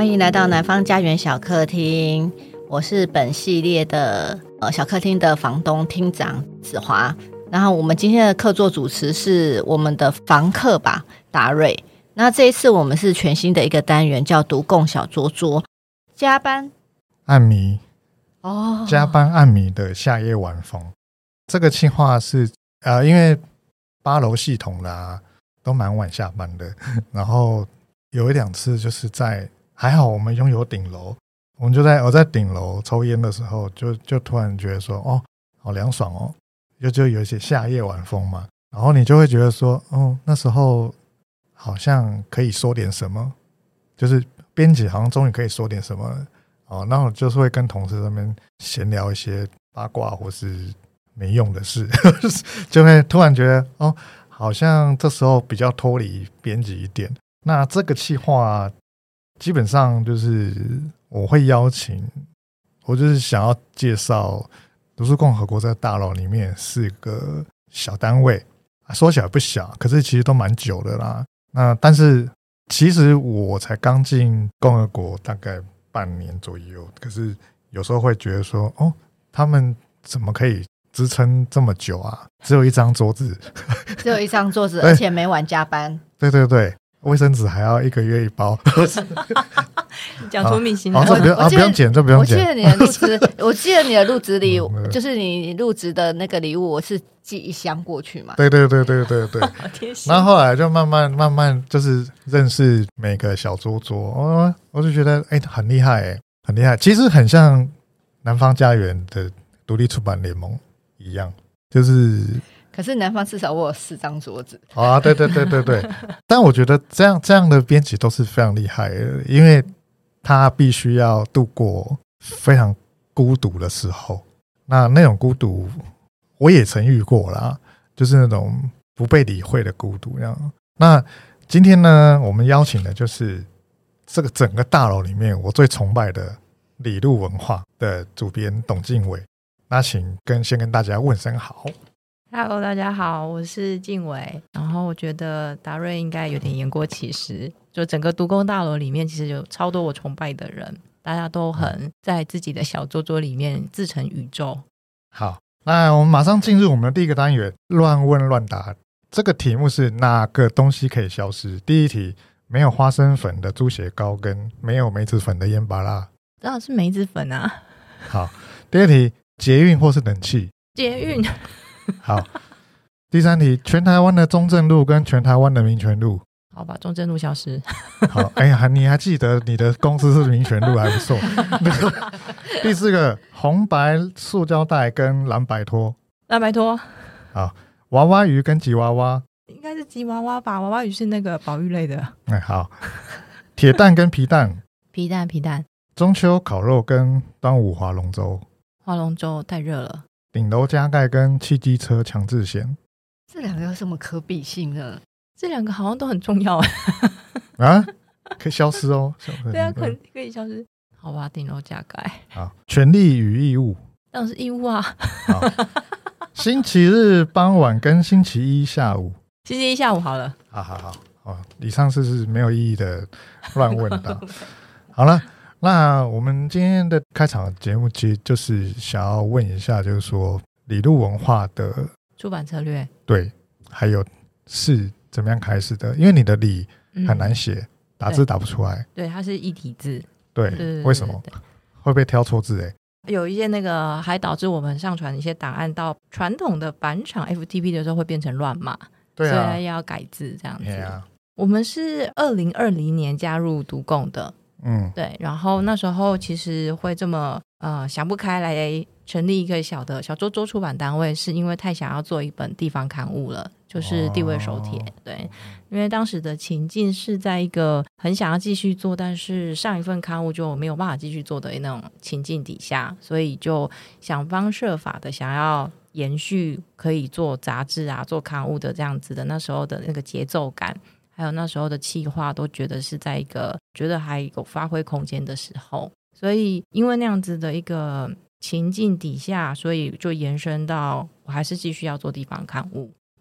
欢迎来到南方家园小客厅，我是本系列的小客厅的房东厅长子华。然后我们今天的客座主持是我们的房客吧，达瑞。那这一次我们是全新的一个单元，叫独共小桌桌，加班暗迷哦， 加班暗迷的夏夜晚风。这个计划是因为8楼系统啦都蛮晚下班的，然后有一两次就是还好我们拥有顶楼，我在顶楼抽烟的时候就突然觉得说哦好凉爽哦，就有一些夏夜晚风嘛，然后你就会觉得说哦那时候好像可以说点什么，就是编辑好像终于可以说点什么了哦，那我就是会跟同事那边闲聊一些八卦或是没用的事就会突然觉得哦好像这时候比较脱离编辑一点。那这个企划基本上就是我会邀请，我就是想要介绍读书共和国这个大楼里面是个小单位，说起来不小，可是其实都蛮久的啦。那但是其实我才刚进共和国大概半年左右，可是有时候会觉得说哦他们怎么可以支撑这么久啊，只有一张桌子只有一张桌子而且每晚加班， 对对对，卫生纸还要1个月1包讲出秘辛了。 不用剪，这不用剪。 我记得你的入职里就是你入职的那个礼物，我是寄1箱过去嘛。 对对对对对对。然后后来就慢慢就是认识每个小桌桌，我就觉得很厉害很厉害。其实很像南方家园的独立出版联盟一样，就是可是南方至少我有4张桌子啊，对对对对对。但我觉得这样的编辑都是非常厉害的，因为他必须要度过非常孤独的时候。那种孤独我也曾遇过啦，就是那种不被理会的孤独这样。那今天呢，我们邀请的就是这个整个大楼里面我最崇拜的理路文化的主编董敬伟。那请先跟大家问声好。 Hello， 大家好，我是敬伟。然后我觉得达瑞应该有点言过其实，就整个独共大楼里面其实有超多我崇拜的人，大家都很在自己的小桌桌里面自成宇宙。 好，那我们马上进入我们的第一个单元，乱问乱答。这个题目是哪个东西可以消失？第一题，没有花生粉的猪血糕跟没有梅子粉的烟巴拉。 当然是梅子粉啊。 好，第二题，捷运或是冷气？ 捷运。 好，第三题，全台湾的中正路跟全台湾的民权路。 好吧，中正路消失。 好，你还记得你的公司是民权路，还不错第四个，红白塑胶袋跟蓝白拖。 蓝白拖。 好，娃娃鱼跟吉娃娃。 应该是吉娃娃吧，娃娃鱼是那个保育类的。 好，铁蛋跟皮蛋。 皮蛋。 中秋烤肉跟端午划龙舟。 划龙舟太热了。 顶楼加盖跟汽机车强制险。 这两个有什么可比性呢？ 这两个好像都很重要啊，可以消失哦。 对啊，可以消失。好吧，顶楼加盖。 好，权利与义务。 当然是义务啊。 好，星期日傍晚跟星期一下午。 星期一下午好了。 好，以上是没有意义的乱问的好了，那我们今天的开场节目其实就是想要问一下，就是说理路文化的出版策略， 对，还有是怎么样开始的？因为你的理很难写，打字打不出来。 对，它是一体字。 对，为什么会被挑错字？ 有一些那个还导致我们上传一些档案到传统的版场 FTP 的时候会变成乱码， 对啊， 所以要改字这样子。 啊， 我们是2020年加入独共的。对，然后那时候其实会这么想不开来成立一个小桌桌出版单位，是因为太想要做一本地方刊物了，就是地位手帖。对，因为当时的情境是在一个很想要继续做，但是上一份刊物就没有办法继续做的那种情境底下，所以就想方设法的想要延续可以做杂志啊做刊物的这样子的那时候的那个节奏感，还有那时候的企划都觉得是在一个觉得还有发挥空间的时候，所以因为那样子的一个情境底下，所以就延伸到我还是继续要做地方刊物。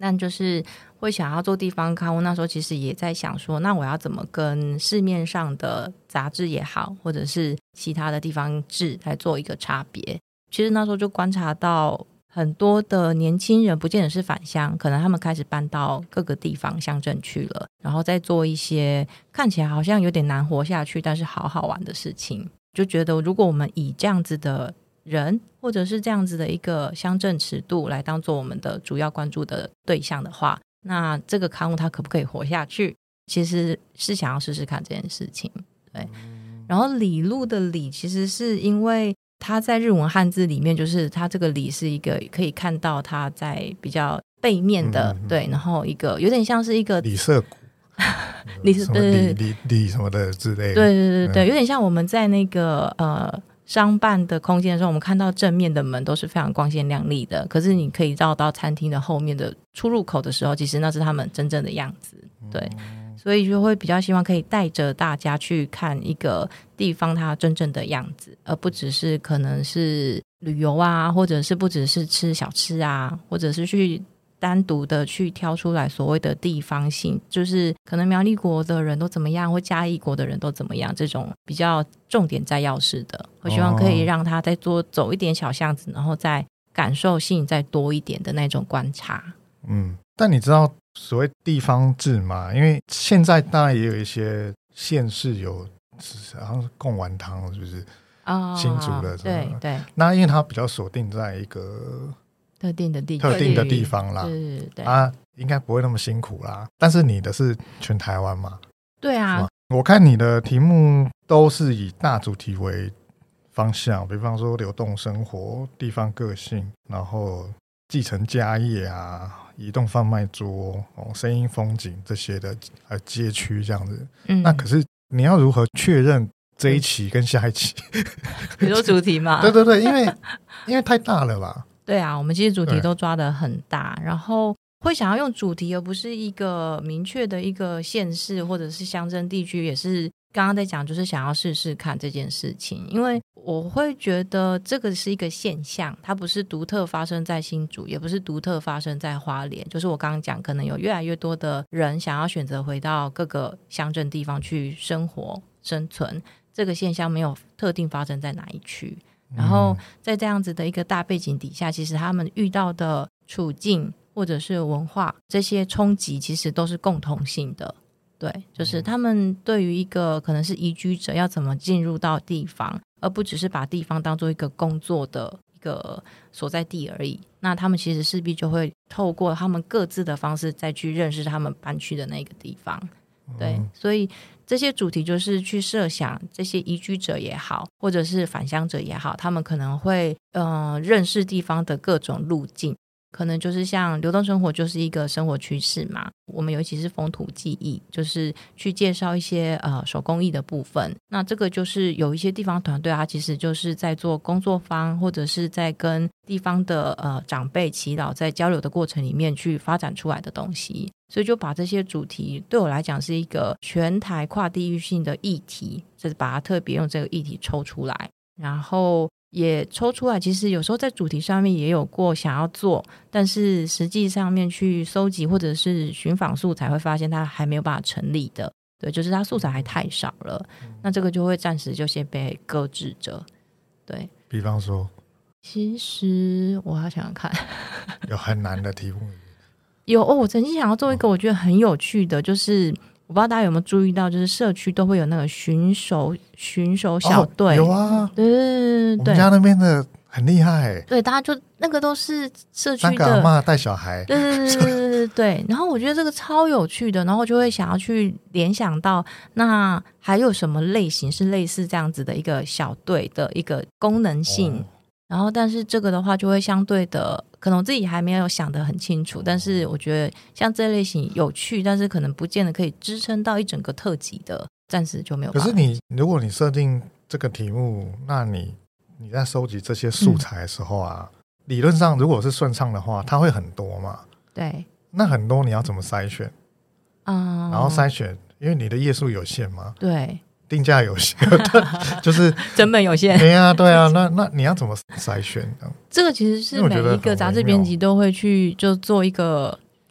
那就是会想要做地方刊物，那时候其实也在想说，那我要怎么跟市面上的杂志也好，或者是其他的地方志来做一个差别。其实那时候就观察到很多的年轻人不见得是返乡，可能他们开始搬到各个地方乡镇去了，然后再做一些看起来好像有点难活下去但是好好玩的事情。就觉得如果我们以这样子的人或者是这样子的一个乡镇尺度来当做我们的主要关注的对象的话，那这个刊物它可不可以活下去，其实是想要试试看这件事情。对，然后李路的李其实是因为它在日文汉字里面，就是它这个李是一个可以看到它在比较背面的，对，然后一个有点像是一个李涩谷李什么李什么的之类的， 对对对对，有点像我们在那个商办的空间的时候，我们看到正面的门都是非常光鲜亮丽的，可是你可以绕到餐厅的后面的出入口的时候，其实那是他们真正的样子。对，所以就会比较希望可以带着大家去看一个地方它真正的样子，而不只是可能是旅游啊，或者是不只是吃小吃啊，或者是去单独的去挑出来所谓的地方性，就是可能苗栗国的人都怎么样，或嘉义国的人都怎么样，这种比较重点摘要式的，我希望可以让他再多走一点小巷子，然后再感受性再多一点的那种观察。 但你知道所谓地方志吗？因为现在当然也有一些县市有好像是贡丸汤，是不是新竹的对对， 那因为它比较锁定在一个特定的地方啦， 对应该不会那么辛苦啦。但是你的是全台湾嘛？ 对啊， 我看你的题目都是以大主题为方向，比方说流动生活、地方个性，然后继承家业啊、移动贩卖桌、声音风景这些的，还有街区这样子。那可是你要如何确认这一期跟下一期？ 比如说主题嘛？ 对对对，因为太大了吧？ 对啊，我们其实主题都抓得很大，然后会想要用主题而不是一个明确的一个县市或者是乡镇地区，也是刚刚在讲，就是想要试试看这件事情。因为我会觉得这个是一个现象，它不是独特发生在新竹，也不是独特发生在花莲，就是我刚刚讲可能有越来越多的人想要选择回到各个乡镇地方去生活生存，这个现象没有特定发生在哪一区。然后在这样子的一个大背景底下，其实他们遇到的处境或者是文化这些冲击其实都是共同性的。对，就是他们对于一个可能是移居者要怎么进入到地方，而不只是把地方当做一个工作的一个所在地而已，那他们其实势必就会透过他们各自的方式再去认识他们搬去的那个地方。对，所以这些主题就是去设想这些移居者也好，或者是返乡者也好，他们可能会认识地方的各种路径，可能就是像流动生活就是一个生活趋势嘛，我们尤其是风土记忆，就是去介绍一些手工艺的部分。那这个就是有一些地方团队它其实就是在做工作坊，或者是在跟地方的长辈耆老在交流的过程里面去发展出来的东西。所以就把这些主题对我来讲是一个全台跨地域性的议题，就是把它特别用这个议题抽出来，然后也抽出来其实有时候在主题上面也有过想要做，但是实际上面去搜集或者是寻访素材会发现它还没有办法成立的。对，就是它素材还太少了，那这个就会暂时就先被搁置着。对， 比方说其实我要想想看有很难的题目有我曾经想要做一个我觉得很有趣的，就是我不知道大家有没有注意到，就是社区都会有那个巡守小队。 有啊， 对， 我们家那边的很厉害。 对，大家就那个都是社区的三个阿嬷带小孩。 对，然后我觉得这个超有趣的，然后就会想要去联想到那还有什么类型是类似这样子的一个小队的一个功能性。然后但是这个的话就会相对的可能我自己还没有想得很清楚，但是我觉得像这类型有趣但是可能不见得可以支撑到一整个特辑的，暂时就没有办法。 可是如果你设定这个题目，那你在收集这些素材的时候啊，理论上如果是顺畅的话它会很多嘛。 对， 那很多你要怎么筛选？然后筛选因为你的页数有限嘛， 对， 定价有限就是成本有限。 对啊对啊，那你要怎么筛选？ 这个其实是每一个杂志编辑都会去就做一个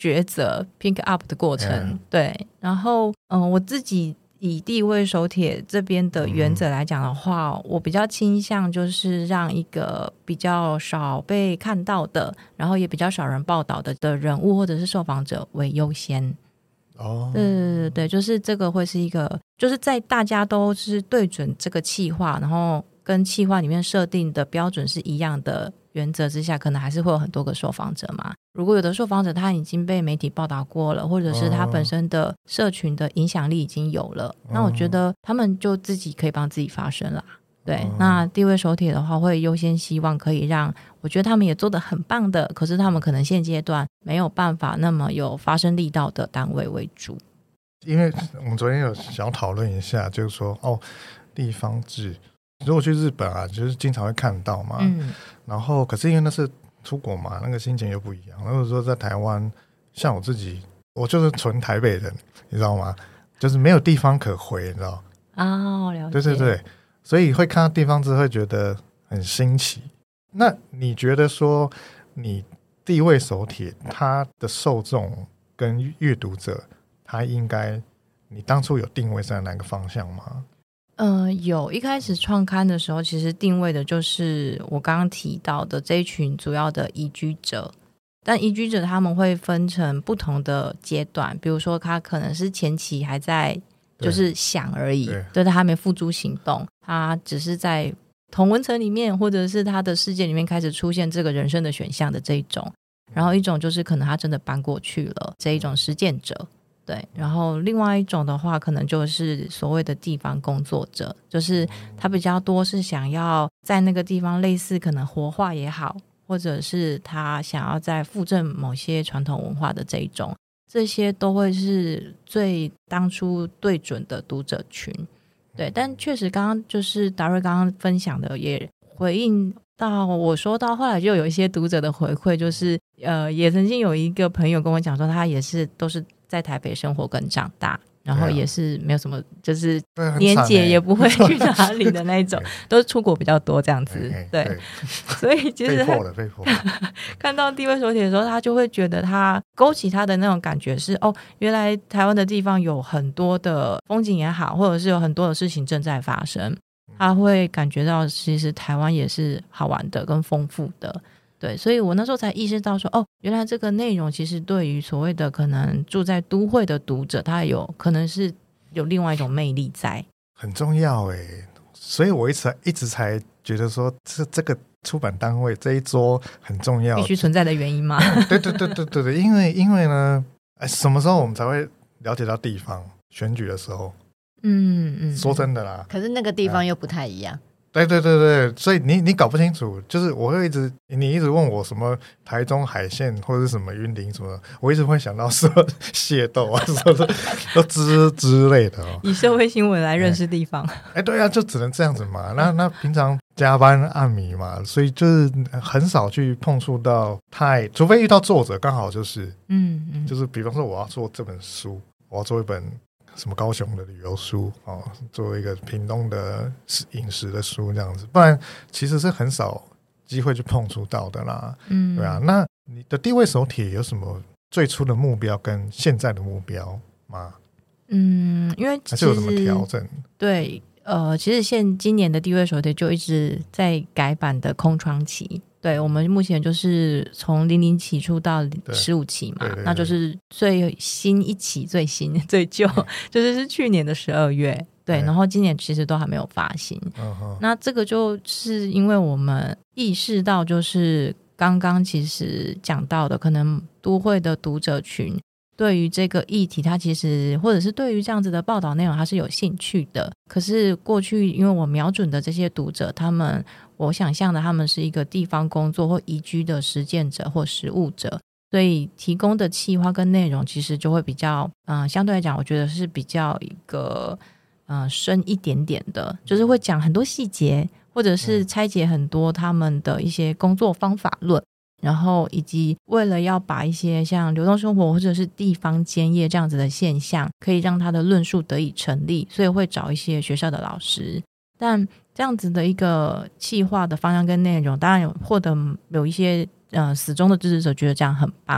抉择 pick up 的过程，对。然后我自己以地位手帖这边的原则来讲的话，我比较倾向就是让一个比较少被看到的，然后也比较少人报道的人物或者是受访者为优先。对，就是这个会是一个，就是在大家都是对准这个企划，然后跟企划里面设定的标准是一样的原则之下，可能还是会有很多个受访者嘛。如果有的受访者他已经被媒体报道过了，或者是他本身的社群的影响力已经有了，那我觉得他们就自己可以帮自己发声啦。对，那地位手帖的话会优先希望可以让我觉得他们也做得很棒的，可是他们可能现阶段没有办法那么有发声力道的单位为主。 因为我们昨天有想要讨论一下，就是说地方志如果去日本啊，就是经常会看到嘛，然后可是因为那是出国嘛，那个心情又不一样。如果说在台湾，像我自己，我就是纯台北人，你知道吗？就是没有地方可回，你知道了解。 对，所以会看到地方志会觉得很新奇。那你觉得说你地位手帖它的受众跟阅读者，他应该你当初有定位在哪个方向吗？ 有，一开始创刊的时候其实定位的就是我刚刚提到的这一群主要的移居者，但移居者他们会分成不同的阶段，比如说他可能是前期还在就是想而已，对，他还没付诸行动，他只是在同温层里面或者是他的世界里面开始出现这个人生的选项的这一种，然后一种就是可能他真的搬过去了这一种实践者，对，然后另外一种的话可能就是所谓的地方工作者，就是他比较多是想要在那个地方类似可能活化也好，或者是他想要在复振某些传统文化的这一种，这些都会是最当初对准的读者群。对，但确实刚刚就是达瑞刚刚分享的也回应到我说到后来就有一些读者的回馈，就是也曾经有一个朋友跟我讲说他也是都是在台北生活跟长大，然后也是没有什么就是年节也不会去哪里的那一种都是出国比较多这样子。对，所以其实被迫看到地位手帖的时候，他就会觉得他勾起他的那种感觉是原来台湾的地方有很多的风景也好，或者是有很多的事情正在发生，他会感觉到其实台湾也是好玩的跟丰富的。对，所以我那时候才意识到说原来这个内容其实对于所谓的可能住在都会的读者，他有可能是有另外一种魅力在，很重要耶。所以我一直才觉得说这个出版单位这一桌很重要， 必须存在的原因吗？ 对，因为呢什么时候我们才会了解到地方选举的时候？说真的啦， 可是那个地方又不太一样。 对，所以你搞不清楚，就是我会你一直问我什么台中海线或者是什么云林什么，我一直会想到说械斗啊什么的之类的以社会新闻来认识地方。 对啊，就只能这样子嘛。那平常加班按米嘛，所以就是很少去碰触到除非遇到作者刚好就是就是比方说我要做这本书，我要做一本什么高雄的旅游书做一个屏东的饮食的书这样子，不然其实是很少机会去碰触到的啦。对啊，那你的地位手帖有什么最初的目标跟现在的目标吗？ 因为其实还是有什么调整？对， 其实今年的地位手帖就一直在改版的空窗期。对，我们目前就是从00期出到15期嘛，那就是最新一期最新最旧就是去年的12月。对，然后今年其实都还没有发行。那这个就是因为我们意识到就是刚刚其实讲到的可能都会的读者群对于这个议题他其实或者是对于这样子的报道内容他是有兴趣的，可是过去因为我瞄准的这些读者我想象的他们是一个地方工作或移居的实践者或实务者，所以提供的企划跟内容其实就会比较相对来讲我觉得是比较一个深一点点的，就是会讲很多细节或者是拆解很多他们的一些工作方法论，然后以及为了要把一些像流动生活或者是地方兼业这样子的现象可以让他的论述得以成立，所以会找一些学校的老师。但这样子的一个企划的方向跟内容当然有获得有一些死忠的支持者觉得这样很棒，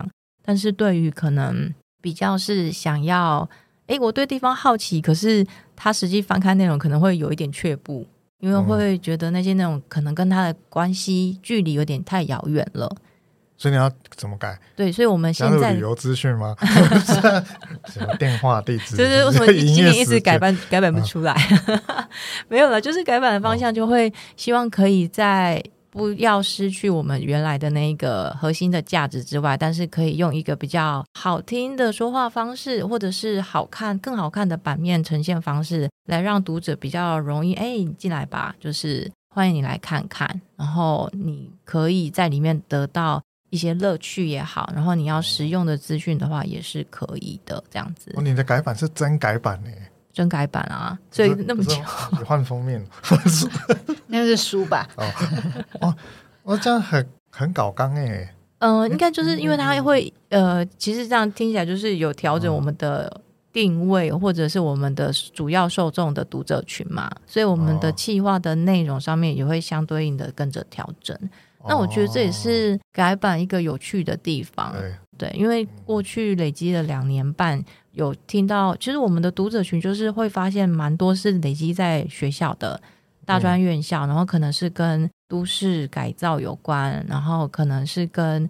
但是对于可能比较是想要我对地方好奇，可是他实际翻开内容可能会有一点却步，因为会觉得那些内容可能跟他的关系距离有点太遥远了， 所以你要怎么改？ 对，所以我们现在旅游资讯吗？什么电话地址？ 就是为什么今年一直改版不出来？没有了，就是改版的方向就会希望可以在不要失去我们原来的那个核心的价值之外，但是可以用一个比较好听的说话方式，或者是更好看的版面呈现方式，来让读者比较容易你进来吧，就是欢迎你来看看，然后你可以在里面得到一些乐趣也好，然后你要实用的资讯的话也是可以的，这样子。 你的改版是真改版耶？ 真改版啊，所以那么久你换封面那是书吧？ 这样很搞纲耶。 应该就是因为它会其实这样听起来就是有调整我们的定位，或者是我们的主要受众的读者群嘛，所以我们的企划的内容上面也会相对应的跟着调整。那我觉得这也是改版一个有趣的地方，对，因为过去累积了2年半，有听到其实我们的读者群就是会发现蛮多是累积在学校的大专院校，然后可能是跟都市改造有关，然后可能是跟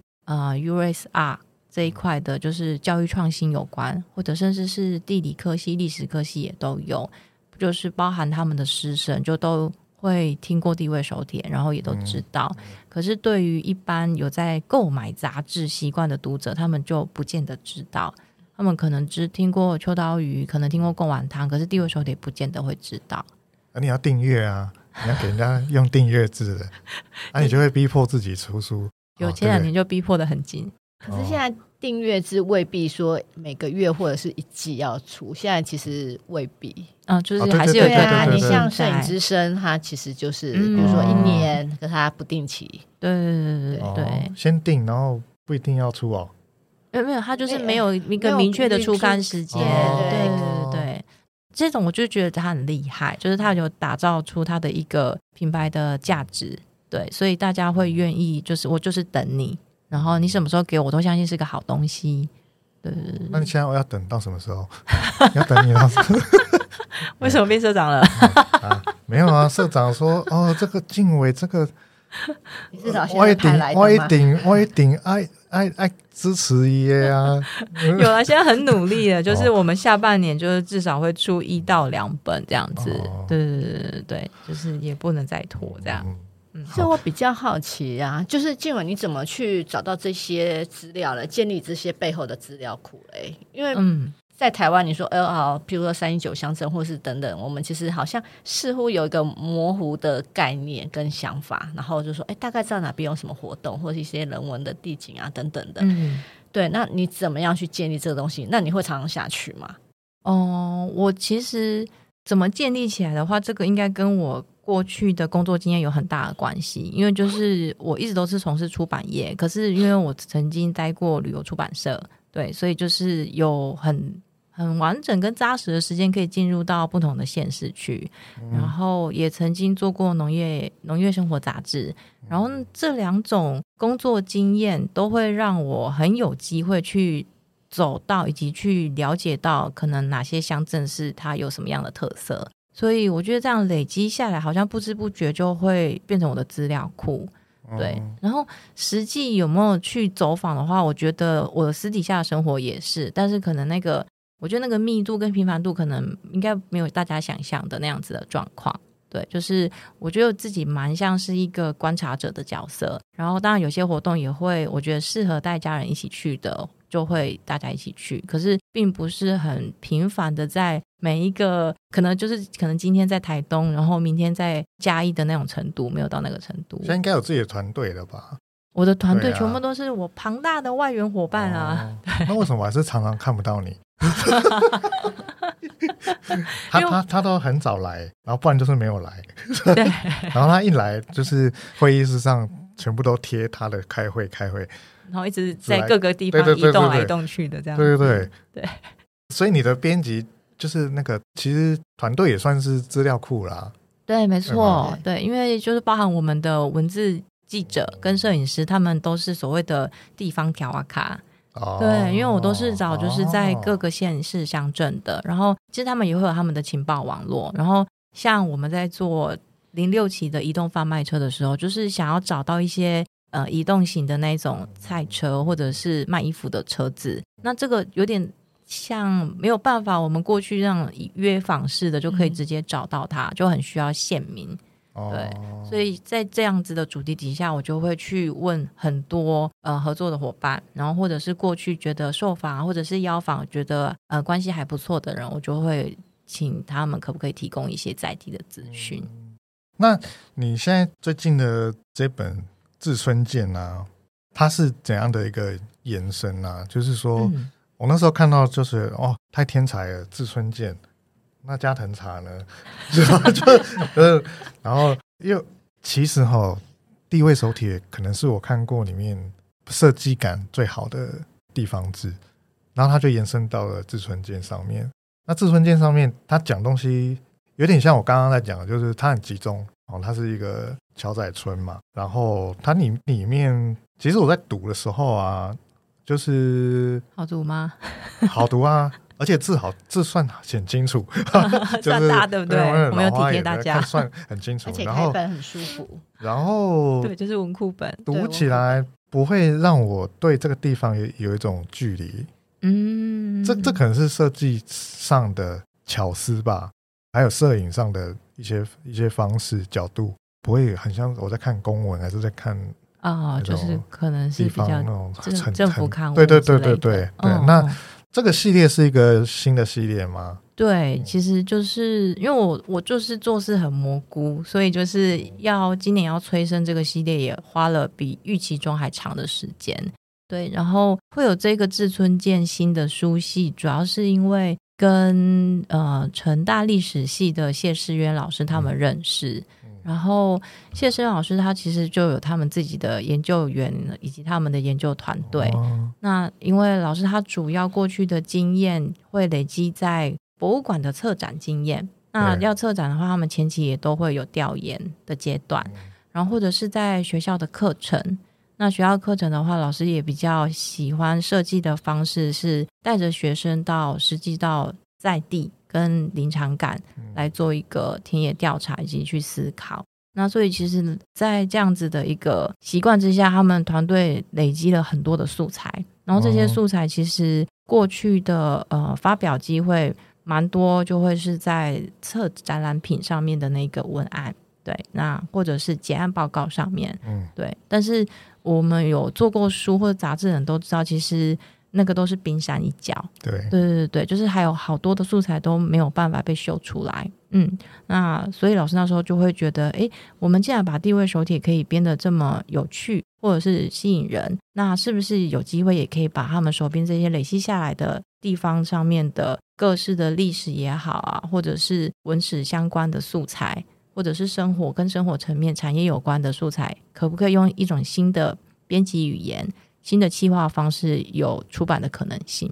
USR 这一块的就是教育创新有关，或者甚至是地理科系历史科系也都有，就是包含他们的师生就都会听过地位手帖，然后也都知道，可是对于一般有在购买杂志习惯的读者，他们就不见得知道，他们可能只听过秋刀鱼，可能听过贡丸汤，可是地位手帖不见得会知道。 你要订阅啊，你要给人家用订阅制的你就会逼迫自己出书。 有前2年就逼迫得很紧， 可是现在订阅制未必说每个月或者是一季要出，现在其实未必就是还是有对啊，你像摄影之声它其实就是比如说1年可它不定期， 对先定然后不一定要出没有它就是没有一个明确的出刊时间，对，这种我就觉得他很厉害，就是他有打造出他的一个品牌的价值，对，所以大家会愿意就是我就是等你，然后你什么时候给我都相信是个好东西。对， 那你现在我要等到什么时候？要等你到什么为什么变社长了没有啊，社长说这个静伟这个你是老先生派来的吗？ 我一定爱支持耶啊有啊，现在很努力的就是我们下半年就是至少会出1到2本这样子，对，就是也不能再拖这样。 所以我比较好奇啊，就是静伟你怎么去找到这些资料了，建立这些背后的资料库嘞？因为在台湾你说譬如说319乡镇或是等等，我们其实好像似乎有一个模糊的概念跟想法，然后就说大概知道哪边有什么活动或是一些人文的地景啊等等的，对，那你怎么样去建立这个东西？那你会常常下去吗？ 我其实怎么建立起来的话，这个应该跟我过去的工作经验有很大的关系，因为就是我一直都是从事出版业，可是因为我曾经待过旅游出版社，对，所以就是有很完整跟扎实的时间可以进入到不同的县市去，然后也曾经做过农业生活杂志，然后这2种工作经验都会让我很有机会去走到以及去了解到可能哪些乡镇是它有什么样的特色，所以我觉得这样累积下来好像不知不觉就会变成我的资料库，对，然后实际有没有去走访的话，我觉得我私底下的生活也是，但是可能我觉得那个密度跟频繁度可能应该没有大家想象的那样子的状况，对，就是我觉得自己蛮像是一个观察者的角色，然后当然有些活动也会我觉得适合带家人一起去的就会大家一起去，可是并不是很频繁的在每一个可能今天在台东然后明天在嘉义的那种程度，没有到那个程度。 现在应该有自己的团队了吧？ 我的团队全部都是我庞大的外援伙伴啊， 那为什么我还是常常看不到你？他都很早来，然后不然就是没有来对然后他一来就是会议室上全部都贴他的开会， 然后一直在各个地方移动来移动去的这样。 对，所以你的编辑就是那个其实团队也算是资料库啦。 对，没错，对，因为就是包含我们的文字记者跟摄影师，他们都是所谓的地方条啊卡， 对，因为我都是找就是在各个县市乡镇的，然后其实他们也会有他们的情报网络，然后像我们在做06期的移动贩卖车的时候，就是想要找到一些移动型的那种菜车或者是卖衣服的车子，那这个有点像没有办法我们过去让约访式的就可以直接找到它，就很需要县民。对，所以在这样子的主题底下，我就会去问很多合作的伙伴，然后或者是过去觉得受访或者是邀访觉得关系还不错的人，我就会请他们可不可以提供一些在地的资讯。 那你现在最近的这本志村健啊，它是怎样的一个延伸啊？就是说，我那时候看到就是太天才了，志村健。那加藤茶呢？然后因为其实地位手帖可能是我看过里面设计感最好的地方志，然后它就延伸到了志村健上面。那志村健上面，他讲东西有点像我刚刚在讲的，就是它很集中它是一个桥仔村嘛，然后它里面，其实我在读的时候啊，就是好读吗？ 好读啊。而且字算很清楚， 算大对不对？我们有体贴大家， 算很清楚， 而且开本很舒服。 然后对，就是文库本， 读起来不会让我对这个地方有一种距离。这可能是设计上的巧思吧，还有摄影上的一些方式角度，不会很像我在看公文，还是在看就是可能是比较那种政府刊物。 对，那。这个系列是一个新的系列吗？ 对，其实就是因为我就是做事很蘑菇，所以就是今年要催生这个系列也花了比预期中还长的时间。对，然后会有这个志村健新的书系，主要是因为跟成大历史系的谢世渊老师他们认识。然后谢生老师他其实就有他们自己的研究员以及他们的研究团队。那因为老师他主要过去的经验会累积在博物馆的策展经验，那要策展的话他们前期也都会有调研的阶段，然后或者是在学校的课程。那学校课程的话，老师也比较喜欢设计的方式是带着学生实际到在地跟临场感来做一个田野调查以及去思考。那所以其实在这样子的一个习惯之下，他们团队累积了很多的素材，然后这些素材其实过去的发表机会蛮多，就会是在策展览品上面的那个文案，对，那或者是结案报告上面，对。但是我们有做过书或者杂志的人都知道，其实那个都是冰山一角。对，就是还有好多的素材都没有办法被秀出来。那所以老师那时候就会觉得，我们既然把地位手帖可以编得这么有趣或者是吸引人，那是不是有机会也可以把他们手边这些累积下来的地方上面的各式的历史也好啊，或者是文史相关的素材，或者是跟生活层面产业有关的素材，可不可以用一种新的编辑语言、新的企划方式有出版的可能性？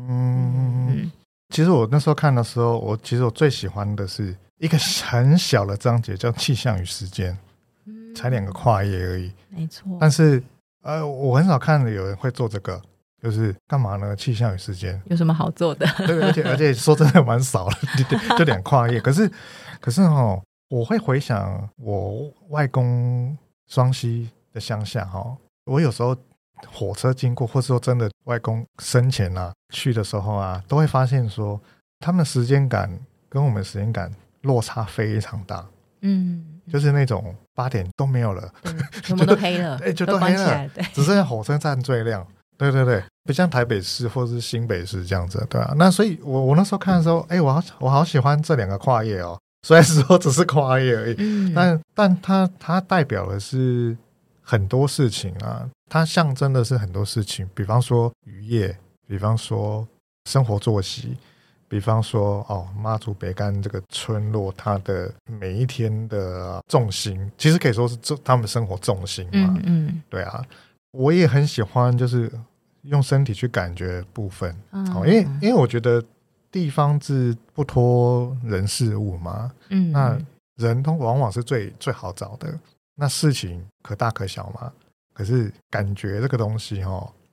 其实我那时候看的时候，我最喜欢的是一个很小的章节，叫气象与时间，才2个跨页而已。 没错。 但是我很少看有人会做这个，就是干嘛呢？气象与时间有什么好做的？ 对，而且说真的蛮少的，就2跨页。可是我会回想我外公双溪的乡下我有时候火车经过，或是说真的外公生前去的时候都会发现说他们的时间感跟我们的时间感落差非常大。就是那种8点都没有了， 全部都黑了， 就都黑了，只剩下火车站最亮。对，不像台北市或是新北市这样子，对啊。那所以我那时候看的时候，我好喜欢这2个跨页哦。虽然说只是跨页而已，但它代表的是很多事情它象征的是很多事情，比方说渔业，比方说生活作息，比方说妈祖北干这个村落，它的每一天的重心，其实可以说是他们生活重心嘛。对啊，我也很喜欢就是用身体去感觉的部分。因为我觉得地方志不脱人事物嘛。那人往往是最好找的，那事情可大可小嘛。可是感觉这个东西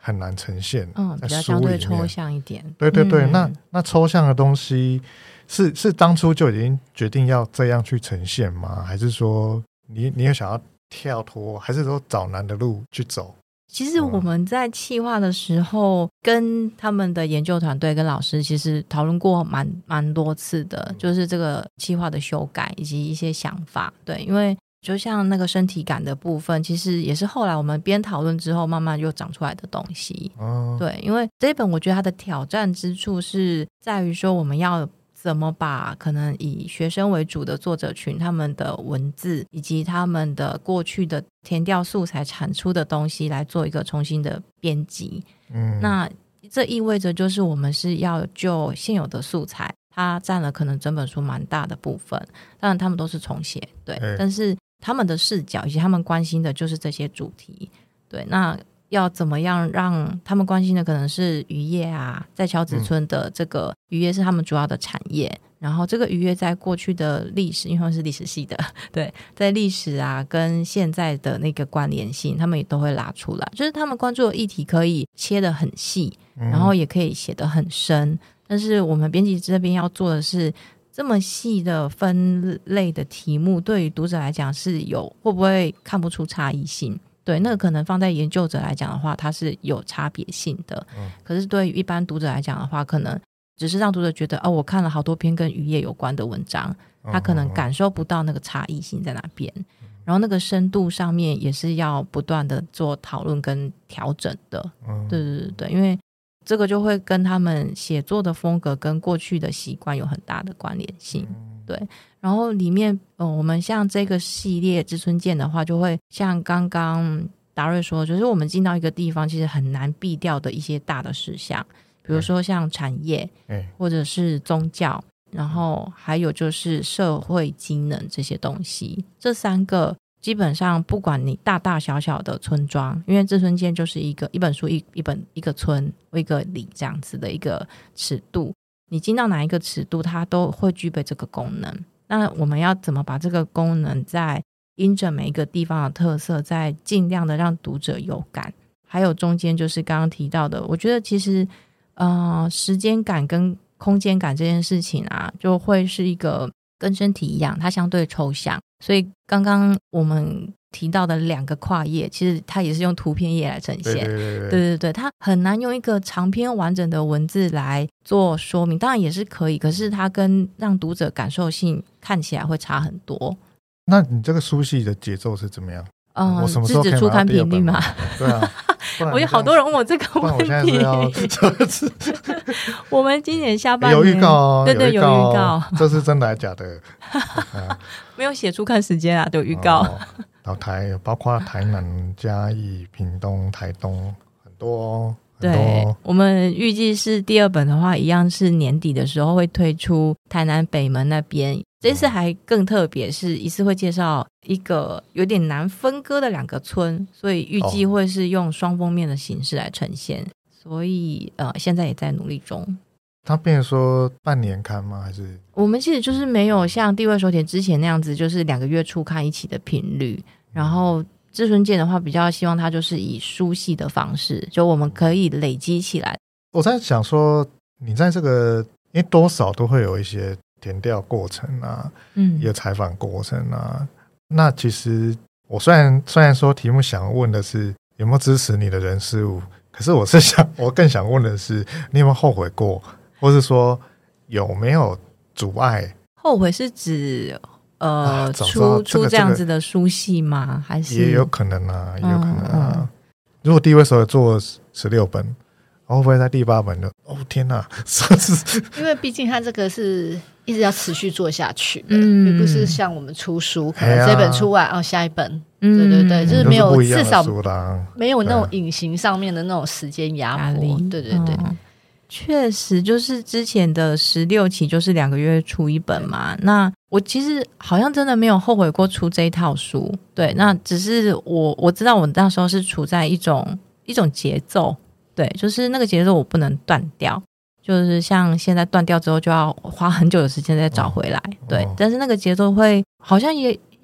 很难呈现， 比较相对抽象一点。 对对对，那抽象的东西是当初就已经决定要这样去呈现吗？还是说你有想要跳脱，还是说找难的路去走？ 其实我们在企划的时候，跟他们的研究团队跟老师其实讨论过蛮多次的，就是这个企划的修改以及一些想法。对，因为就像那个身体感的部分，其实也是后来我们边讨论之后慢慢又长出来的东西。对，因为这一本我觉得它的挑战之处是在于说，我们要怎么把可能以学生为主的作者群他们的文字以及他们的过去的填调素材产出的东西来做一个重新的编辑。那这意味着就是我们是要就现有的素材，它占了可能整本书蛮大的部分，当然他们都是重写，对，但是他们的视角以及他们关心的就是这些主题。对，那要怎么样让他们关心的可能是渔业啊，在桥子村的这个渔业是他们主要的产业，然后这个渔业在过去的历史，因为他们是历史系的，对，在历史啊跟现在的那个关联性他们也都会拉出来，就是他们关注的议题可以切得很细，然后也可以写得很深，但是我们编辑这边要做的是这么细的分类的题目，对于读者来讲是会不会看不出差异性？对，那个可能放在研究者来讲的话，它是有差别性的。可是对于一般读者来讲的话，可能只是让读者觉得我看了好多篇跟渔业有关的文章，他可能感受不到那个差异性在哪边。然后那个深度上面也是要不断的做讨论跟调整的。对对对，因为这个就会跟他们写作的风格跟过去的习惯有很大的关联性。对，然后里面我们像这个系列知春见的话，就会像刚刚达瑞说，就是我们进到一个地方其实很难避掉的一些大的事项，比如说像产业，或者是宗教，然后还有就是社会机能这些东西，这三个基本上不管你大大小小的村庄，因为知春见就是一本书一个村一个里这样子的一个尺度，你进到哪一个尺度它都会具备这个功能。那我们要怎么把这个功能在因着每一个地方的特色再尽量的让读者有感，还有中间就是刚刚提到的，我觉得其实时间感跟空间感这件事情啊，就会是一个跟身体一样，它相对抽象，所以刚刚我们提到的2个跨页，其实它也是用图片页来呈现。对对对，它很难用一个长篇完整的文字来做说明，当然也是可以，可是它跟让读者感受性看起来会差很多。 那你这个书系的节奏是怎么样？我什么时候可以是指出刊频率吗？ 对啊， 我有好多人问我这个问题。 我现在是要我们今年下半年有预告对对，有预告， 这是真的还是假的？ 没有写出刊时间啊，有预告。 老台包括台南、嘉义、屏东、台东很多对，我们预计是第2本的话一样是年底的时候会推出台南北门那边，这次还更特别，是一次会介绍一个有点难分割的2个村，所以预计会是用双封面的形式来呈现，所以现在也在努力中。 它变成说半年刊吗？还是我们其实就是没有像地位手帖之前那样子，就是2个月出刊一期的频率，然后知春见的话比较希望它就是以书系的方式，就我们可以累积起来。 我在想说你在这个因为多少都会有一些填调过程啊，有采访过程啊，那其实我虽然说题目想问的是有没有支持你的人事物，可是我更想问的是你有没有后悔过，或是说有没有阻碍？ 后悔是指出这样子的书系吗？还是也有可能啊，也有可能啊。如果第一位手做16本，会不会在第8本就天哪因为毕竟它这个是一直要持续做下去的，并不是像我们出书可能这本出完下一本，对对对，就是没有，至少没有那种隐形上面的那种时间压迫。对对对， 确实就是之前的16期就是2个月出1本嘛，那我其实好像真的没有后悔过出这一套书。对，那只是我知道我那时候是处在一种节奏，对，就是那个节奏我不能断掉，就是像现在断掉之后就要花很久的时间再找回来。对，但是那个节奏会好像也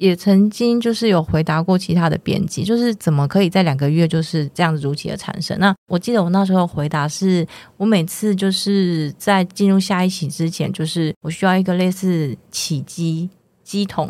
也曾经就是有回答过其他的编辑，就是怎么可以在2个月就是这样子如期的产生。那我记得我那时候回答是，我每次就是在进入下一期之前，就是我需要一个类似起鸡桶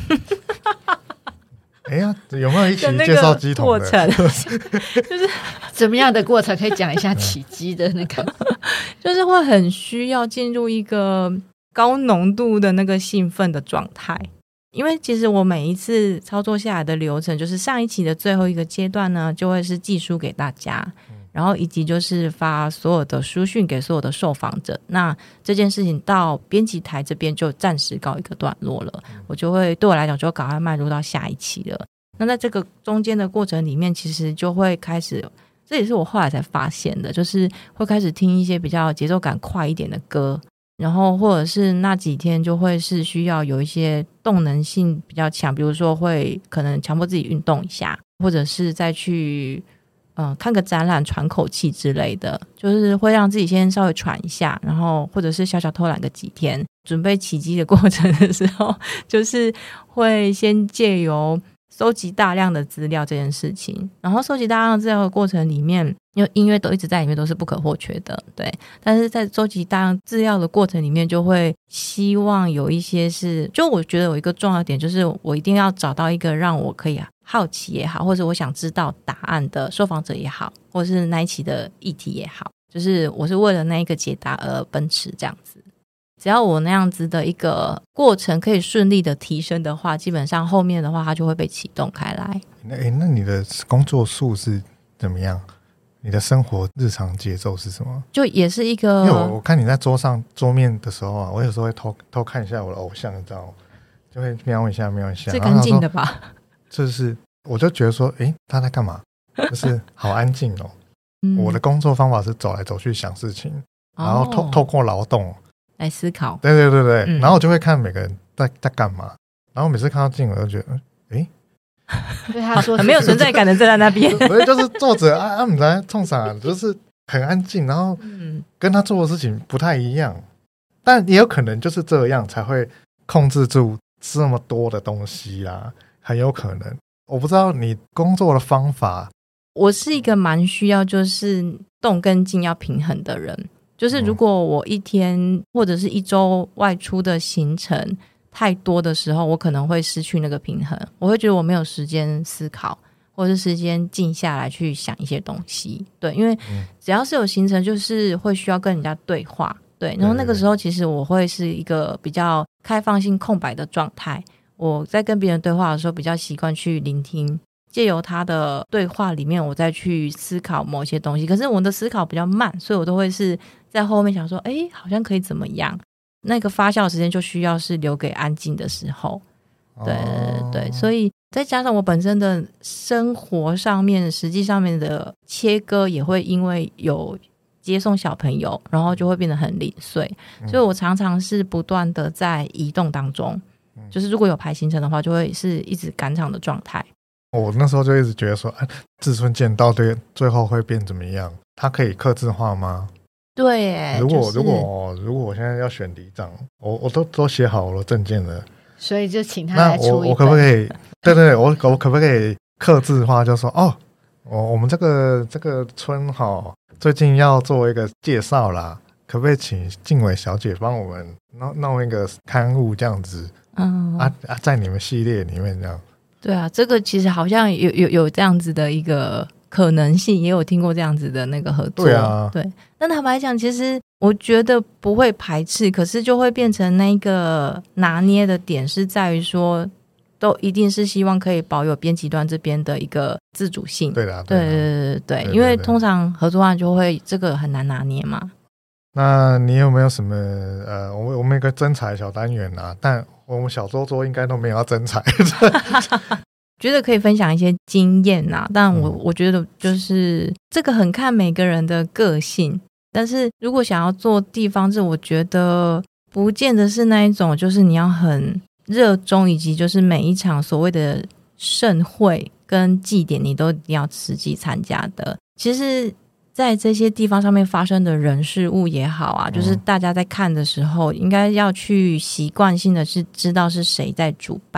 哎呀，有没有一起介绍鸡桶的过程就是怎么样的过程可以讲一下起鸡的那个就是会很需要进入一个高浓度的那个兴奋的状态。因为其实我每一次操作下来的流程，就是上一期的最后一个阶段呢，就会是寄书给大家，然后以及就是发所有的书讯给所有的受访者。那这件事情到编辑台这边就暂时告一个段落了，我就会对我来讲就赶快迈入到下一期了。那在这个中间的过程里面，其实就会开始，这也是我后来才发现的，就是会开始听一些比较节奏感快一点的歌，然后或者是那几天就会是需要有一些动能性比较强，比如说会可能强迫自己运动一下，或者是再去看个展览喘口气之类的，就是会让自己先稍微喘一下，然后或者是小小偷懒个几天。准备起机的过程的时候，就是会先借由收集大量的资料这件事情，然后收集大量的资料的过程里面，因为音乐都一直在里面，都是不可或缺的，对。但是在收集大量资料的过程里面，就会希望有一些是，就我觉得有一个重要点，就是我一定要找到一个让我可以好奇也好，或者我想知道答案的受访者也好，或者是那一期的议题也好，就是我是为了那一个解答而奔驰这样子。只要我那样子的一个过程可以顺利的提升的话，基本上后面的话它就会被启动开来。 那你的工作数是怎么样？你的生活日常节奏是什么？ 就也是一个， 因为我看你在桌面的时候啊，我有时候会偷看一下我的偶像，你知道吗？就会瞄一下， 是干净的吧？ 就是我就觉得说，他在干嘛？就是好安静哦。我的工作方法是走来走去想事情，然后透过劳动来思考。 对，然后我就会看每个人在干嘛，然后每次看到镜我就觉得对他说很没有存在感的站在那边不是，就是作者不知道冲啥，就是很安静，然后跟他做的事情不太一样，但也有可能就是这样才会控制住这么多的东西啊，很有可能。我不知道你工作的方法。 我是一个蛮需要就是动跟静要平衡的人，就是如果我一天或者是一周外出的行程太多的时候，我可能会失去那个平衡，我会觉得我没有时间思考，或者是时间静下来去想一些东西。对，因为只要是有行程就是会需要跟人家对话，对，然后那个时候其实我会是一个比较开放性空白的状态，我在跟别人对话的时候比较习惯去聆听，借由他的对话里面我再去思考某些东西，可是我的思考比较慢，所以我都会是在后面想说好像可以怎么样，那个发酵的时间就需要是留给安静的时候。对，所以再加上我本身的生活上面实际上面的切割也会因为有接送小朋友，然后就会变得很零碎，所以我常常是不断的在移动当中，就是如果有排行程的话就会是一直赶场的状态。 我那时候就一直觉得说志村健到底最后会变怎么样，他可以客制化吗？ 对耶， 如果我现在要选里长，我都写好了证件了， 所以就请他来出一本。 那我可不可以对我可不可以客制化，就说我们这个村最近要做一个介绍啦，可不可以请静伟小姐帮我们弄一个刊物这样子，在你们系列里面这样。 对啊，这个其实好像有这样子的一个可能性，也有听过这样子的那个合作。 对啊， 对。但坦白讲，其实我觉得不会排斥，可是就会变成那个拿捏的点是在于说，都一定是希望可以保有编辑端这边的一个自主性。 对的， 对，因为通常合作案就会这个很难拿捏嘛。 那你有没有什么我们有个征才小单元啊，但我们小周应该都没有要征才觉得可以分享一些经验啊，但我觉得就是这个很看每个人的个性，但是如果想要做地方志，我觉得不见得是那一种就是你要很热衷，以及就是每一场所谓的盛会跟祭典你都一定要实际参加的。其实在这些地方上面发生的人事物也好啊，就是大家在看的时候应该要去习惯性的是知道是谁在主办，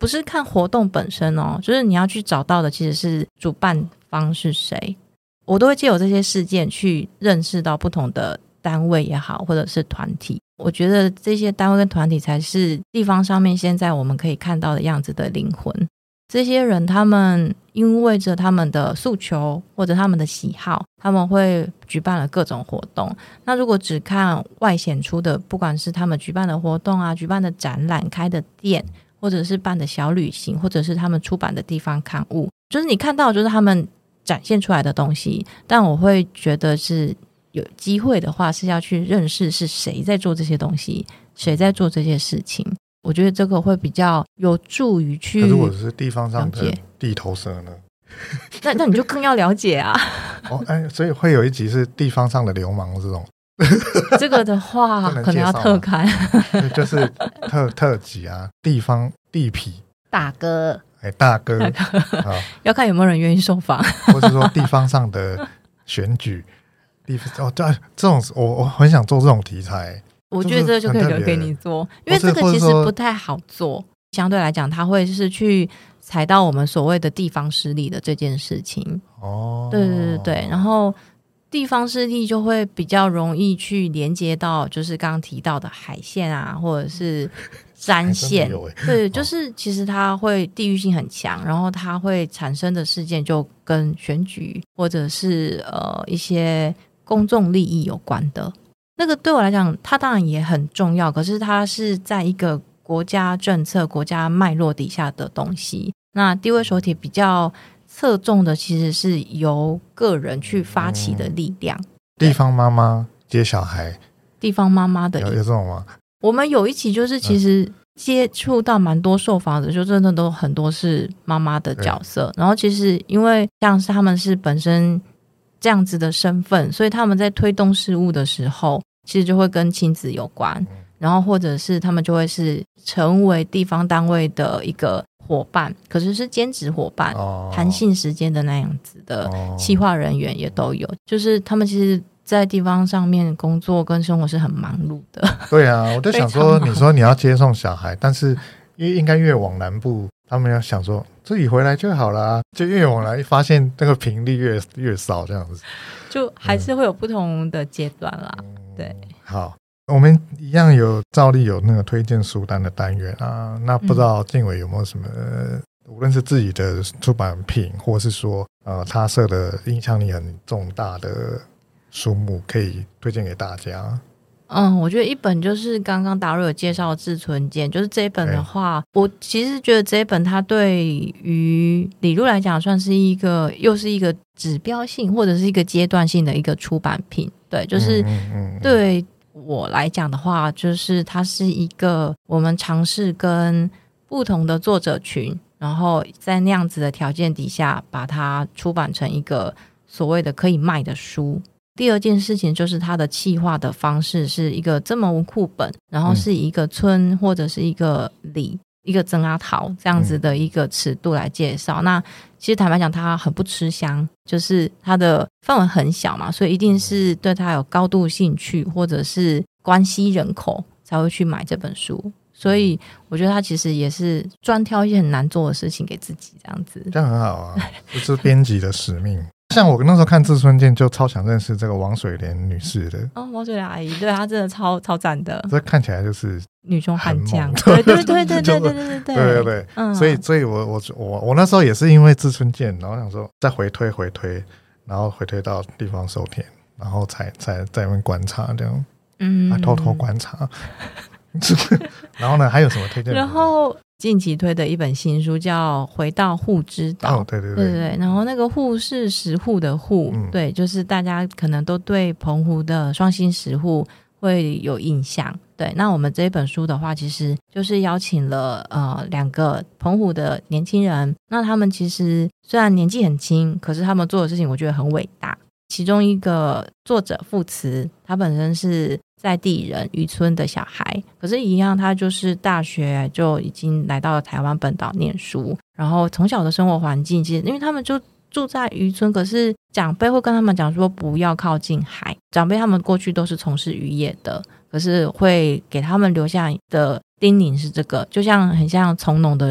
不是看活动本身哦，就是你要去找到的其实是主办方是谁。我都会借由这些事件去认识到不同的单位也好，或者是团体。我觉得这些单位跟团体才是地方上面现在我们可以看到的样子的灵魂。这些人他们因为着他们的诉求或者他们的喜好，他们会举办了各种活动。那如果只看外显出的，不管是他们举办的活动啊，举办的展览，开的店，或者是办的小旅行，或者是他们出版的地方刊物，就是你看到的就是他们展现出来的东西。但我会觉得是有机会的话是要去认识是谁在做这些东西，谁在做这些事情。我觉得这个会比较有助于去了解。 可是我是地方上的地头蛇呢？ 那你就更要了解啊。 所以会有一集是地方上的流氓这种。 这个的话可能要特刊。 就是特辑啊，地方地痞大哥大哥要看有没有人愿意受访， 或是说地方上的选举这种我很想做这种题材。 我觉得这个就可以留给你做，因为这个其实不太好做，相对来讲它会是去踩到我们所谓的地方势力的这件事情。对，然后地方势力就会比较容易去连接到就是刚刚提到的海线啊，或者是山线。对，就是其实它会地域性很强，然后它会产生的事件就跟选举或者是一些公众利益有关的。那个对我来讲它当然也很重要，可是它是在一个国家政策国家脉络底下的东西。那地位手体比较侧重的其实是由个人去发起的力量。 地方妈妈接小孩， 地方妈妈的有这种吗？ 我们有一期就是其实接触到蛮多受访者，就真的都很多是妈妈的角色。然后其实因为像是他们是本身这样子的身份，所以他们在推动事务的时候其实就会跟亲子有关，然后或者是他们就会是成为地方单位的一个伙伴，可是是兼职伙伴，弹性时间的那样子的企划人员也都有。就是他们其实在地方上面工作跟生活是很忙碌的。 对啊，我就想说你说你要接送小孩，但是应该越往南部他们要想说自己回来就好啦，就越往来发现那个频率越少这样子， 就还是会有不同的阶段啦。对， 好，我们一样照例有那个推荐书单的单元啊。那不知道靖伟有没有什么无论是自己的出版品，或是说他设的影响力很重大的书目可以推荐给大家？ 我觉得一本就是刚刚达瑞有介绍的志存健，就是这一本的话，我其实觉得这一本它对于理路来讲算是又是一个指标性或者是一个阶段性的一个出版品。对，就是对我来讲的话，就是它是一个我们尝试跟不同的作者群，然后在那样子的条件底下把它出版成一个所谓的可以卖的书。第二件事情就是它的企划的方式是一个这么文库本，然后是一个村或者是一个里一个曾阿桃这样子的一个尺度来介绍。那其实坦白讲它很不吃香，就是它的范围很小嘛，所以一定是对它有高度兴趣或者是关系人口才会去买这本书。所以我觉得他其实也是专挑一些很难做的事情给自己这样子。 这样很好啊，这是编辑的使命。像我那时候看志村健就超想认识这个王水莲女士的。 王水莲阿姨，对，她真的超赞的， 这看起来就是女中悍将。对， 所以我那时候也是因为志村健，然后想说再回推，然后回推到地方收田，然后才在那边观察这样，偷偷观察。然后呢还有什么推荐？ 然后近期推的一本新书叫《回到户之岛》。 对， 然后那个户是石户的户，对，就是大家可能都对澎湖的双星石户会有印象。对，那我们这一本书的话其实就是邀请了2个澎湖的年轻人，那他们其实虽然年纪很轻，可是他们做的事情我觉得很伟大。其中一个作者富慈，他本身是在地人渔村的小孩，可是一样他就是大学就已经来到了台湾本岛念书，然后从小的生活环境其实因为他们就住在渔村，可是长辈会跟他们讲说不要靠近海，长辈他们过去都是从事渔业的，可是会给他们留下的叮咛是这个，就像很像从农的人会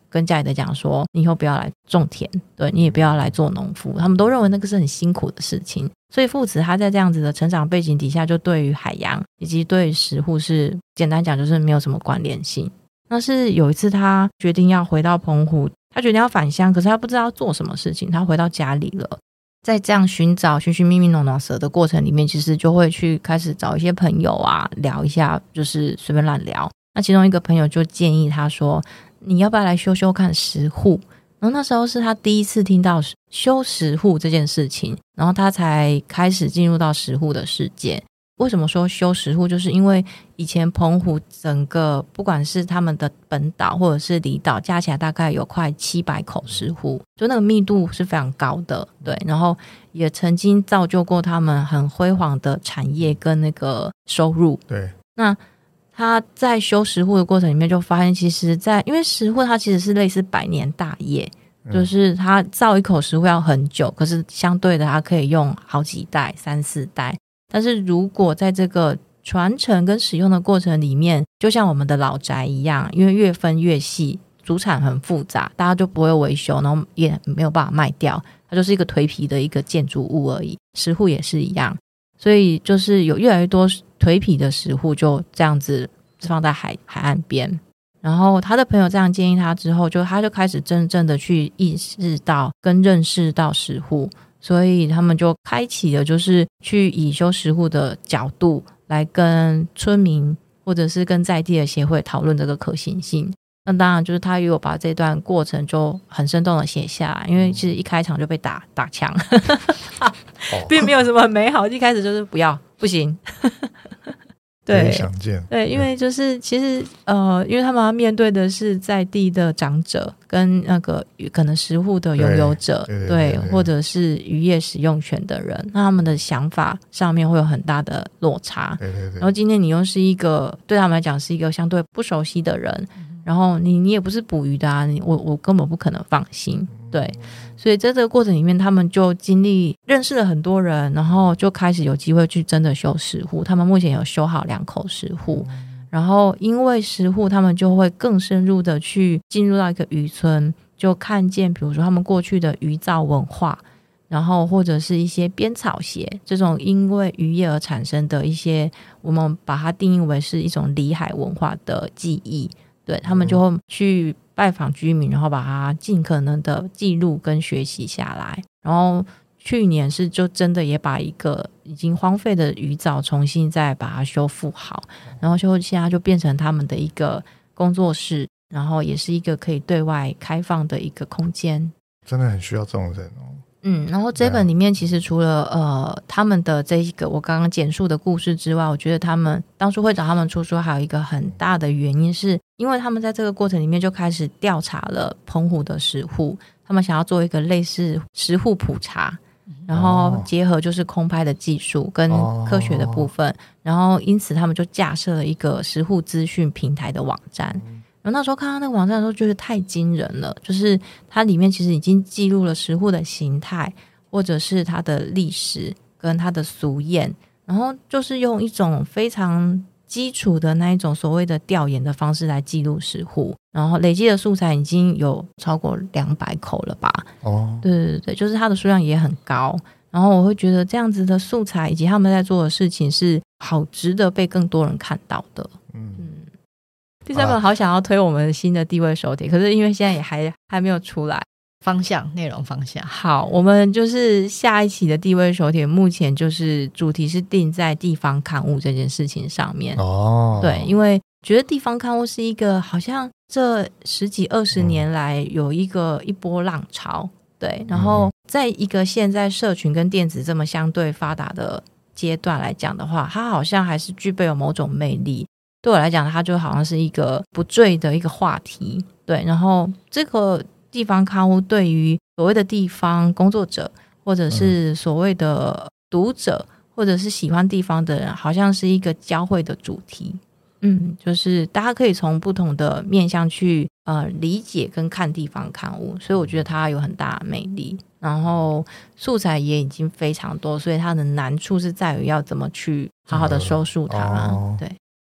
跟家里的讲说你以后不要来种田，对，你也不要来做农夫，他们都认为那个是很辛苦的事情。所以父子他在这样子的成长背景底下，就对于海洋以及对食户是简单讲就是没有什么关联性。那是有一次他决定要回到澎湖，他决定要返乡，可是他不知道做什么事情，他回到家里了。在这样寻寻觅觅弄弄蛇的过程里面，其实就会去开始找一些朋友啊聊一下，就是随便乱聊。那其中一个朋友就建议他说，你要不要来修修看石户。然后那时候是他第一次听到修石户这件事情，然后他才开始进入到石户的世界。为什么说修石户，就是因为以前澎湖整个不管是他们的本岛或者是离岛加起来大概有快700口石户，就那个密度是非常高的，对，然后也曾经造就过他们很辉煌的产业跟那个收入。 对， 那他在修石户的过程里面就发现，其实因为石户它其实是类似百年大业，就是他造一口石户要很久，可是相对的它可以用好几代3、4代。但是如果在这个传承跟使用的过程里面，就像我们的老宅一样，因为越分越细，主产很复杂，大家就不会维修，然后也没有办法卖掉，它就是一个颓圮的一个建筑物而已。石户也是一样，所以就是有越来越多颓圮的石户就这样子放在海岸边。然后他的朋友这样建议他之后，他就开始真正的去意识到跟认识到石户，所以他们就开启了就是去以修石户的角度来跟村民或者是跟在地的协会讨论这个可行性。那当然就是他也有把这段过程就很生动的写下来，因为其实一开场就被打枪并没有什么很美好，一开始就是不行对， 想见。 对，因为就是其实因为他们要面对的是在地的长者跟那个可能石户的拥有者，对，或者是渔业使用权的人，那他们的想法上面会有很大的落差。 对， 然后今天你又是一个对他们来讲是一个相对不熟悉的人，然后你也不是捕鱼的啊，我根本不可能放心。对，所以在这个过程里面，他们就认识了很多人，然后就开始有机会去真的修石户。他们目前有修好2口石户，然后因为石户，他们就会更深入的去进入到一个渔村，就看见比如说他们过去的渔造文化，然后或者是一些编草鞋这种因为渔业而产生的一些，我们把它定义为是一种里海文化的记忆。对，他们就会去拜访居民，然后把它尽可能的记录跟学习下来。然后去年是就真的也把一个已经荒废的渔藻重新再把它修复好，然后现在就变成他们的一个工作室，然后也是一个可以对外开放的一个空间。 真的很需要这种人哦。 然后这本里面其实除了他们的这一个我刚刚简述的故事之外，我觉得他们当初会找他们出书还有一个很大的原因，是因为他们在这个过程里面就开始调查了澎湖的石户，他们想要做一个类似石户普查，然后结合就是空拍的技术跟科学的部分，然后因此他们就架设了一个石户资讯平台的网站。然后那时候看到那个网站的时候觉得太惊人了，就是它里面其实已经记录了石户的形态或者是它的历史跟它的俗谚，然后就是用一种非常基础的那一种所谓的调研的方式来记录石户，然后累积的素材已经有超过200口了吧。对，就是它的数量也很高，然后我会觉得这样子的素材以及他们在做的事情是好值得被更多人看到的。第3本好想要推我们新的地位手帖，可是因为现在也还没有出来内容方向。 好，我们就是下一期的地位手帖目前就是主题是定在地方刊物这件事情上面。对，因为觉得地方刊物是一个好像这10几20年来有一波浪潮。对，然后在一个现在社群跟电子这么相对发达的阶段来讲的话，它好像还是具备有某种魅力。对我来讲它就好像是一个不坠的一个话题。对，然后这个地方刊物对于所谓的地方工作者或者是所谓的读者或者是喜欢地方的人，好像是一个交汇的主题。就是大家可以从不同的面向去理解跟看地方刊物，所以我觉得它有很大的魅力，然后素材也已经非常多，所以它的难处是在于要怎么去好好的收束它。对，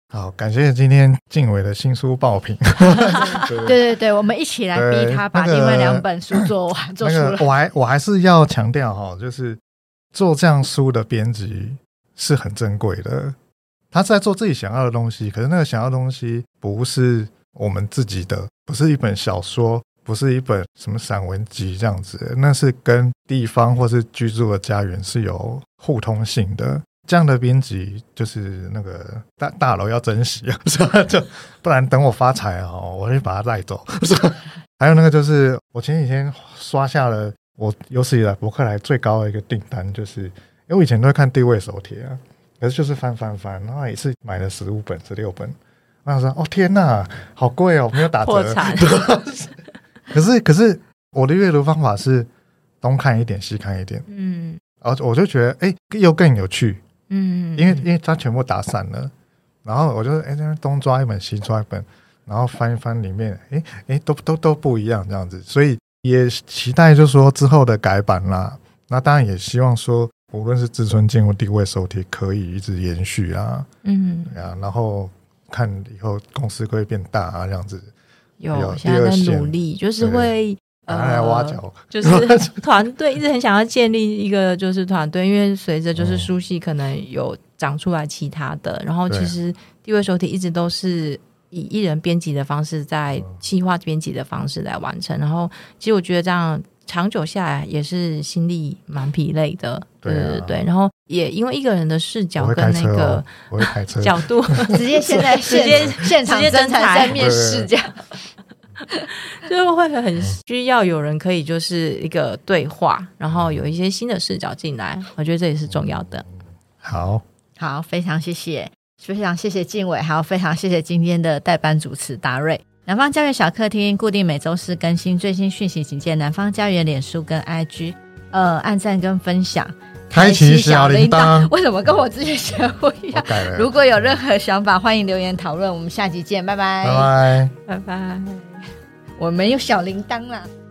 好，感谢今天静伟的新书爆品。 对，我们一起来逼他把另外2本书做完做出来。 我还是要强调就是做这样书的编辑是很珍贵的，他是在做自己想要的东西，可是那个想要的东西不是我们自己的，不是一本小说，不是一本什么散文集这样子，那是跟地方或是居住的家园是有互通性的。这样的编辑就是那个大楼要珍惜就不然等我发财我会把它带走。还有那个就是我前几天刷下了我有史以来博客来最高的一个订单，就是因为我以前都会看地位手帖可是就是翻，然后一次买了15本16本，我想说天哪好贵没有打折， 破产。 可是我的阅读方法是东看一点西看一点，然后我就觉得又更有趣，因为它全部打散了，然后我就东抓一本西抓一本，然后翻一翻里面都不一样这样子，所以也期待就是说之后的改版啦，那当然也希望说无论是志村健或地位手帖可以一直延续然后看以后公司会变大这样子， 有现在在努力，就是会来挖角， 就是团队一直很想要建立一个就是团队，因为随着就是书系可能有长出来其他的，然后其实地位手帖一直都是以一人编辑的方式，在企划编辑的方式来完成，然后其实我觉得这样长久下来也是心力蛮疲累的，对，然后也因为一个人的视角跟那个角度， 直接现在现场真才在面试这样。 就会很需要有人可以就是一个对话，然后有一些新的视角进来，我觉得这也是重要的。 好， 非常谢谢静伟，还有非常谢谢今天的代班主持达瑞。南方家园小客厅固定每周四更新，最新讯息请见南方家园脸书跟 IG， 按赞跟分享， 开启小铃铛。 为什么跟我之前学不一样？如果有任何想法，欢迎留言讨论。我们下集见，拜拜， 拜拜， 拜拜。 我们有小铃铛啦。